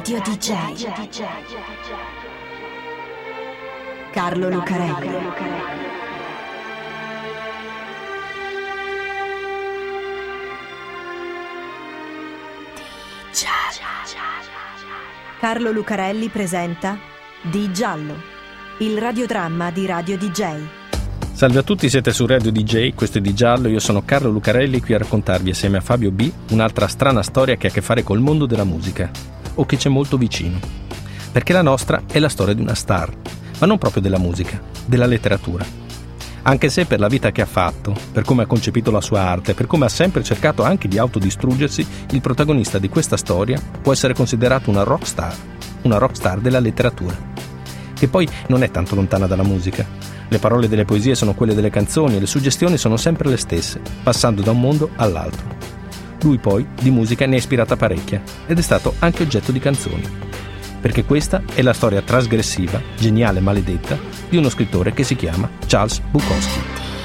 Radio DJ. Carlo Lucarelli. Carlo Lucarelli presenta Di Giallo, il radiodramma di Radio DJ. Salve a tutti, siete su Radio DJ, questo è Di Giallo, io sono Carlo Lucarelli qui a raccontarvi assieme a Fabio B un'altra strana storia che ha a che fare col mondo della musica, o che c'è molto vicino. Perché la nostra è la storia di una star, ma non proprio della musica, della letteratura. Anche se per la vita che ha fatto, per come ha concepito la sua arte, per come ha sempre cercato anche di autodistruggersi, il protagonista di questa storia può essere considerato una rockstar della letteratura, che poi non è tanto lontana dalla musica. Le parole delle poesie sono quelle delle canzoni e le suggestioni sono sempre le stesse, passando da un mondo all'altro. Lui poi di musica ne ha ispirata parecchia ed è stato anche oggetto di canzoni. Perché questa è la storia trasgressiva, geniale e maledetta di uno scrittore che si chiama Charles Bukowski.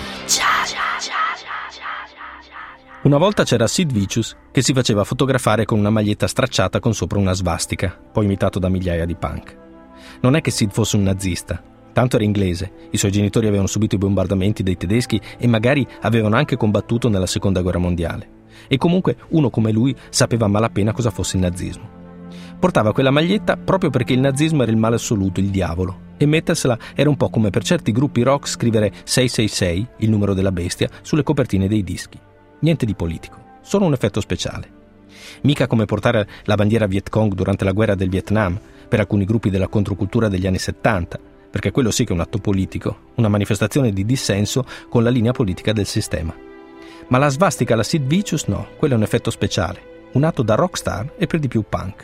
Una volta c'era Sid Vicious che si faceva fotografare con una maglietta stracciata con sopra una svastica, poi imitato da migliaia di punk. Non è che Sid fosse un nazista, tanto era inglese, i suoi genitori avevano subito i bombardamenti dei tedeschi e magari avevano anche combattuto nella seconda guerra mondiale. E comunque uno come lui sapeva a malapena cosa fosse il nazismo. Portava quella maglietta proprio perché il nazismo era il male assoluto, il diavolo, e mettersela era un po' come per certi gruppi rock scrivere 666, il numero della bestia, sulle copertine dei dischi. Niente di politico, solo un effetto speciale. Mica come portare la bandiera Viet Cong durante la guerra del Vietnam, per alcuni gruppi della controcultura degli anni 70, perché quello sì che è un atto politico, una manifestazione di dissenso con la linea politica del sistema. Ma la svastica alla Sid Vicious no, quello è un effetto speciale, un atto da rockstar e per di più punk.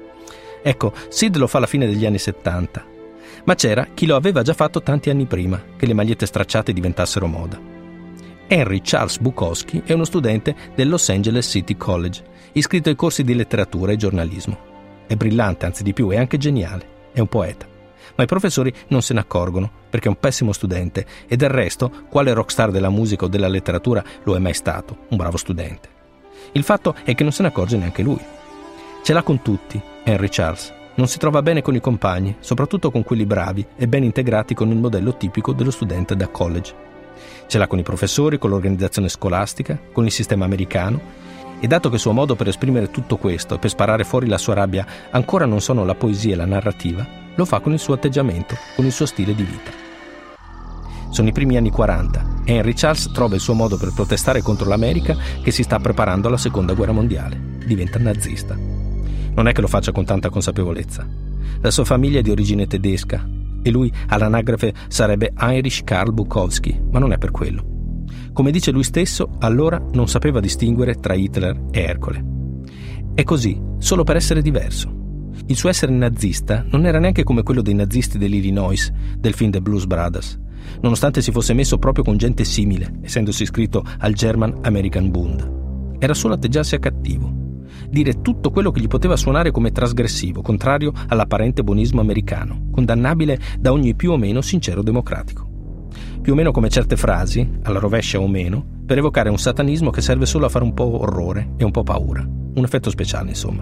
Ecco, Sid lo fa alla fine degli anni 70, ma c'era chi lo aveva già fatto tanti anni prima che le magliette stracciate diventassero moda. Henry Charles Bukowski è uno studente del Los Angeles City College, iscritto ai corsi di letteratura e giornalismo. È brillante, anzi di più, è anche geniale, è un poeta. Ma i professori non se ne accorgono perché è un pessimo studente e del resto, quale rockstar della musica o della letteratura lo è mai stato, un bravo studente. Il fatto è che non se ne accorge neanche lui. Ce l'ha con tutti, Henry Charles. Non si trova bene con i compagni, soprattutto con quelli bravi e ben integrati con il modello tipico dello studente da college. Ce l'ha con i professori, con l'organizzazione scolastica, con il sistema americano. E dato che il suo modo per esprimere tutto questo e per sparare fuori la sua rabbia ancora non sono la poesia e la narrativa, lo fa con il suo atteggiamento, con il suo stile di vita. Sono i primi anni 40 e Henry Charles trova il suo modo per protestare contro l'America che si sta preparando alla seconda guerra mondiale. Diventa nazista. Non è che lo faccia con tanta consapevolezza. La sua famiglia è di origine tedesca e lui all'anagrafe sarebbe Heinrich Karl Bukowski, ma non è per quello. Come dice lui stesso, allora non sapeva distinguere tra Hitler e Ercole. È così, solo per essere diverso. Il suo essere nazista non era neanche come quello dei nazisti dell'Illinois, del film The Blues Brothers, nonostante si fosse messo proprio con gente simile, essendosi iscritto al German American Bund. Era solo atteggiarsi a cattivo, dire tutto quello che gli poteva suonare come trasgressivo, contrario all'apparente buonismo americano, condannabile da ogni più o meno sincero democratico. Più o meno come certe frasi, alla rovescia o meno, per evocare un satanismo che serve solo a fare un po' orrore e un po' paura. Un effetto speciale, insomma.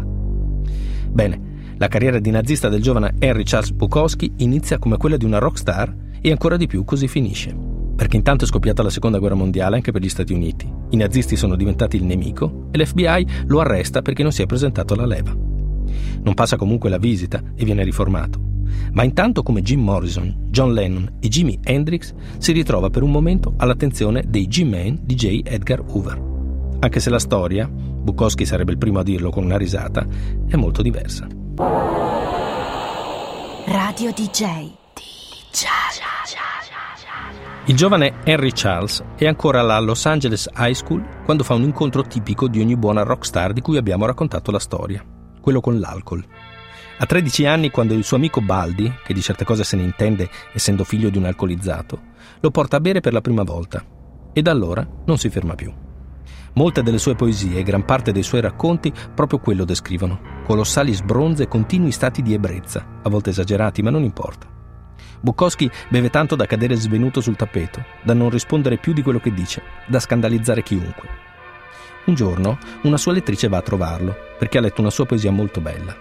Bene, la carriera di nazista del giovane Henry Charles Bukowski inizia come quella di una rockstar e ancora di più così finisce. Perché intanto è scoppiata la seconda guerra mondiale anche per gli Stati Uniti. I nazisti sono diventati il nemico e l'FBI lo arresta perché non si è presentato alla leva. Non passa comunque la visita e viene riformato. Ma intanto come Jim Morrison, John Lennon e Jimi Hendrix si ritrova per un momento all'attenzione dei G-Man di J. Edgar Hoover. Anche se la storia, Bukowski sarebbe il primo a dirlo con una risata, è molto diversa. Radio DJ. Il giovane Henry Charles è ancora alla Los Angeles High School quando fa un incontro tipico di ogni buona rockstar di cui abbiamo raccontato la storia, quello con l'alcol. A 13 anni, quando il suo amico Baldi, che di certe cose se ne intende essendo figlio di un alcolizzato, lo porta a bere per la prima volta e da allora non si ferma più. Molte delle sue poesie e gran parte dei suoi racconti proprio quello descrivono, colossali sbronze e continui stati di ebbrezza, a volte esagerati, ma non importa. Bukowski beve tanto da cadere svenuto sul tappeto, da non rispondere più di quello che dice, da scandalizzare chiunque. Un giorno una sua lettrice va a trovarlo, perché ha letto una sua poesia molto bella.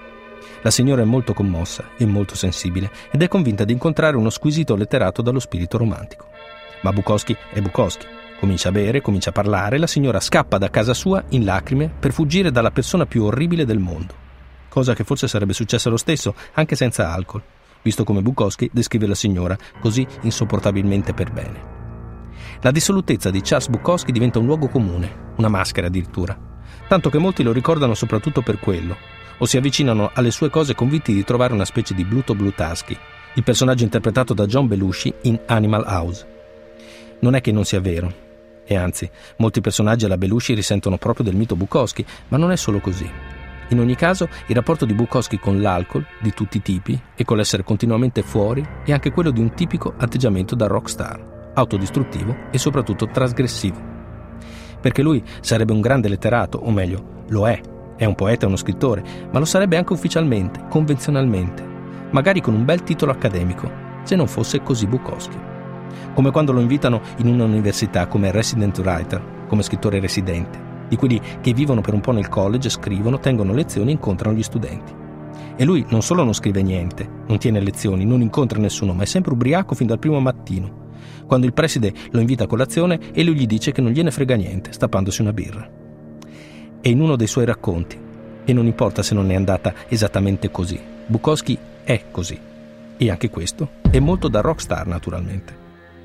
La signora è molto commossa e molto sensibile ed è convinta di incontrare uno squisito letterato dallo spirito romantico. Ma Bukowski è Bukowski. Comincia a bere, comincia a parlare, la signora scappa da casa sua in lacrime per fuggire dalla persona più orribile del mondo. Cosa che forse sarebbe successa lo stesso anche senza alcol, visto come Bukowski descrive la signora così insopportabilmente per bene. La dissolutezza di Charles Bukowski diventa un luogo comune, una maschera addirittura, tanto che molti lo ricordano soprattutto per quello, o si avvicinano alle sue cose convinti di trovare una specie di Bluto Blutarsky, il personaggio interpretato da John Belushi in Animal House. Non è che non sia vero, e anzi, molti personaggi alla Belushi risentono proprio del mito Bukowski, ma non è solo così. In ogni caso, il rapporto di Bukowski con l'alcol, di tutti i tipi, e con l'essere continuamente fuori, è anche quello di un tipico atteggiamento da rockstar, autodistruttivo e soprattutto trasgressivo. Perché lui sarebbe un grande letterato, o meglio, lo è un poeta e uno scrittore, ma lo sarebbe anche ufficialmente, convenzionalmente, magari con un bel titolo accademico, se non fosse così Bukowski. Come quando lo invitano in una università come resident writer, come scrittore residente, di quelli che vivono per un po' nel college, scrivono, tengono lezioni e incontrano gli studenti. E lui non solo non scrive niente, non tiene lezioni, non incontra nessuno, ma è sempre ubriaco fin dal primo mattino, quando il preside lo invita a colazione e lui gli dice che non gliene frega niente, stappandosi una birra. E in uno dei suoi racconti, e non importa se non è andata esattamente così, Bukowski è così. E anche questo è molto da rockstar, naturalmente.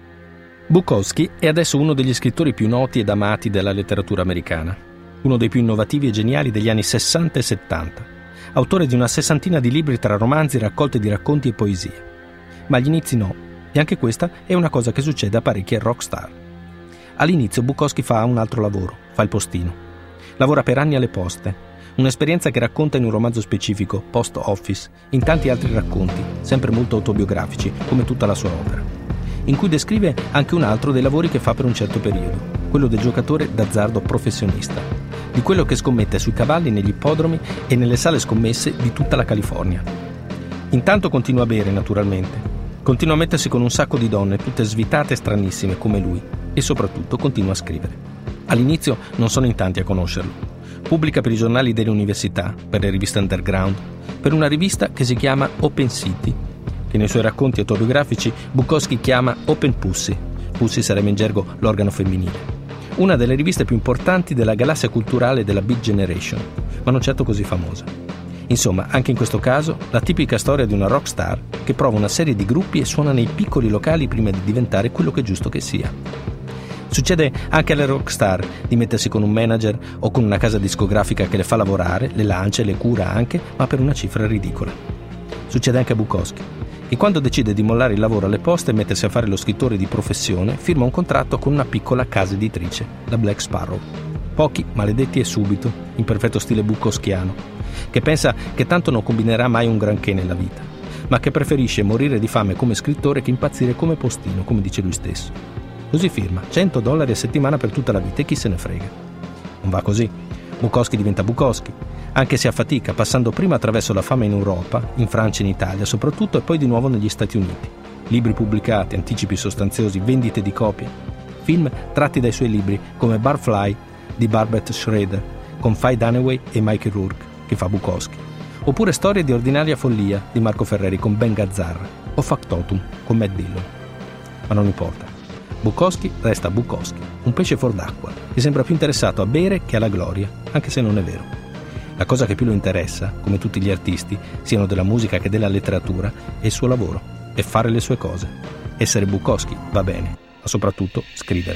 Bukowski è adesso uno degli scrittori più noti ed amati della letteratura americana, uno dei più innovativi e geniali degli anni 60 e 70, autore di una sessantina di libri tra romanzi, raccolte di racconti e poesie. Ma agli inizi no, e anche questa è una cosa che succede a parecchie rockstar. All'inizio Bukowski fa un altro lavoro, fa il postino. Lavora per anni alle poste, un'esperienza che racconta in un romanzo specifico, Post Office, in tanti altri racconti, sempre molto autobiografici, come tutta la sua opera, in cui descrive anche un altro dei lavori che fa per un certo periodo, quello del giocatore d'azzardo professionista, di quello che scommette sui cavalli negli ippodromi e nelle sale scommesse di tutta la California. Intanto continua a bere, naturalmente, continua a mettersi con un sacco di donne, tutte svitate e stranissime come lui, e soprattutto continua a scrivere. All'inizio non sono in tanti a conoscerlo. Pubblica per i giornali delle università, per le riviste underground, per una rivista che si chiama Open City, che nei suoi racconti autobiografici Bukowski chiama Open Pussy. Pussy sarebbe in gergo l'organo femminile. Una delle riviste più importanti della galassia culturale della Beat Generation, ma non certo così famosa. Insomma, anche in questo caso, la tipica storia di una rockstar che prova una serie di gruppi e suona nei piccoli locali prima di diventare quello che è giusto che sia. Succede anche alle rockstar di mettersi con un manager o con una casa discografica che le fa lavorare, le lancia e le cura anche, ma per una cifra ridicola. Succede anche a Bukowski, e quando decide di mollare il lavoro alle poste e mettersi a fare lo scrittore di professione, firma un contratto con una piccola casa editrice, la Black Sparrow. Pochi, maledetti e subito, in perfetto stile bukowskiano, che pensa che tanto non combinerà mai un granché nella vita, ma che preferisce morire di fame come scrittore che impazzire come postino, come dice lui stesso. Così firma $100 a settimana per tutta la vita e chi se ne frega. Non va così. Bukowski diventa Bukowski, anche se a fatica, passando prima attraverso la fama in Europa, in Francia e in Italia soprattutto, e poi di nuovo negli Stati Uniti. Libri pubblicati, anticipi sostanziosi, vendite di copie. Film tratti dai suoi libri, come Barfly di Barbet Schroeder, con Faye Dunaway e Mickey Rourke, che fa Bukowski. Oppure Storie di ordinaria follia di Marco Ferreri con Ben Gazzara, o Factotum con Matt Dillon. Ma non importa. Bukowski resta Bukowski, un pesce fuor d'acqua, che sembra più interessato a bere che alla gloria, anche se non è vero. La cosa che più lo interessa, come tutti gli artisti, siano della musica che della letteratura, è il suo lavoro, è fare le sue cose. Essere Bukowski va bene, ma soprattutto scrivere.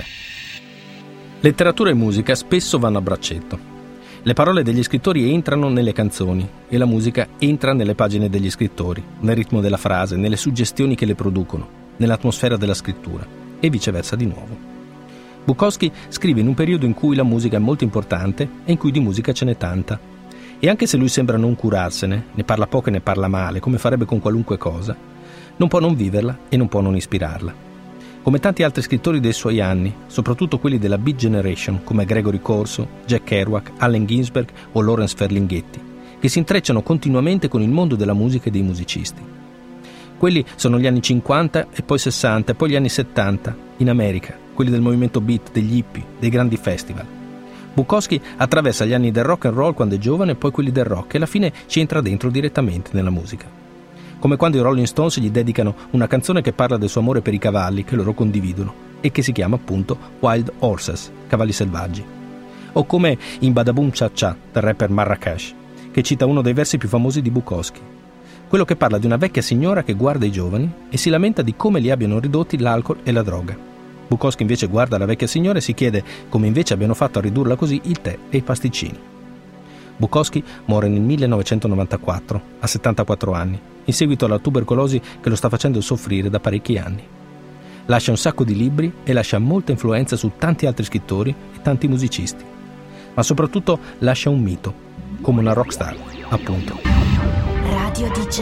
Letteratura e musica spesso vanno a braccetto. Le parole degli scrittori entrano nelle canzoni e la musica entra nelle pagine degli scrittori, nel ritmo della frase, nelle suggestioni che le producono, nell'atmosfera della scrittura, e viceversa di nuovo. Bukowski scrive in un periodo in cui la musica è molto importante e in cui di musica ce n'è tanta. E anche se lui sembra non curarsene, ne parla poco e ne parla male, come farebbe con qualunque cosa, non può non viverla e non può non ispirarla. Come tanti altri scrittori dei suoi anni, soprattutto quelli della Beat Generation, come Gregory Corso, Jack Kerouac, Allen Ginsberg o Lawrence Ferlinghetti, che si intrecciano continuamente con il mondo della musica e dei musicisti. Quelli sono gli anni 50 e poi 60 e poi gli anni 70 in America, quelli del movimento beat, degli hippie, dei grandi festival. Bukowski attraversa gli anni del rock and roll quando è giovane e poi quelli del rock e alla fine ci entra dentro direttamente nella musica. Come quando i Rolling Stones gli dedicano una canzone che parla del suo amore per i cavalli che loro condividono e che si chiama appunto Wild Horses, cavalli selvaggi. O come in Badaboom Cha Cha del rapper Marrakesh, che cita uno dei versi più famosi di Bukowski, quello che parla di una vecchia signora che guarda i giovani e si lamenta di come li abbiano ridotti l'alcol e la droga. Bukowski invece guarda la vecchia signora e si chiede come invece abbiano fatto a ridurla così il tè e i pasticcini. Bukowski muore nel 1994, a 74 anni, in seguito alla tubercolosi che lo sta facendo soffrire da parecchi anni. Lascia un sacco di libri e lascia molta influenza su tanti altri scrittori e tanti musicisti. Ma soprattutto lascia un mito, come una rockstar, appunto. Radio DJ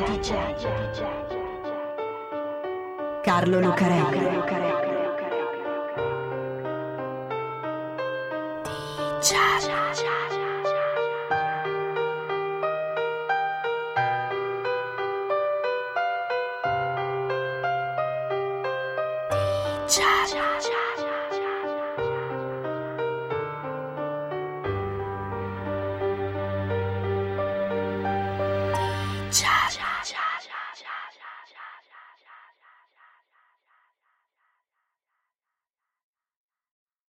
Carlo Lucarelli. Cha cha cha.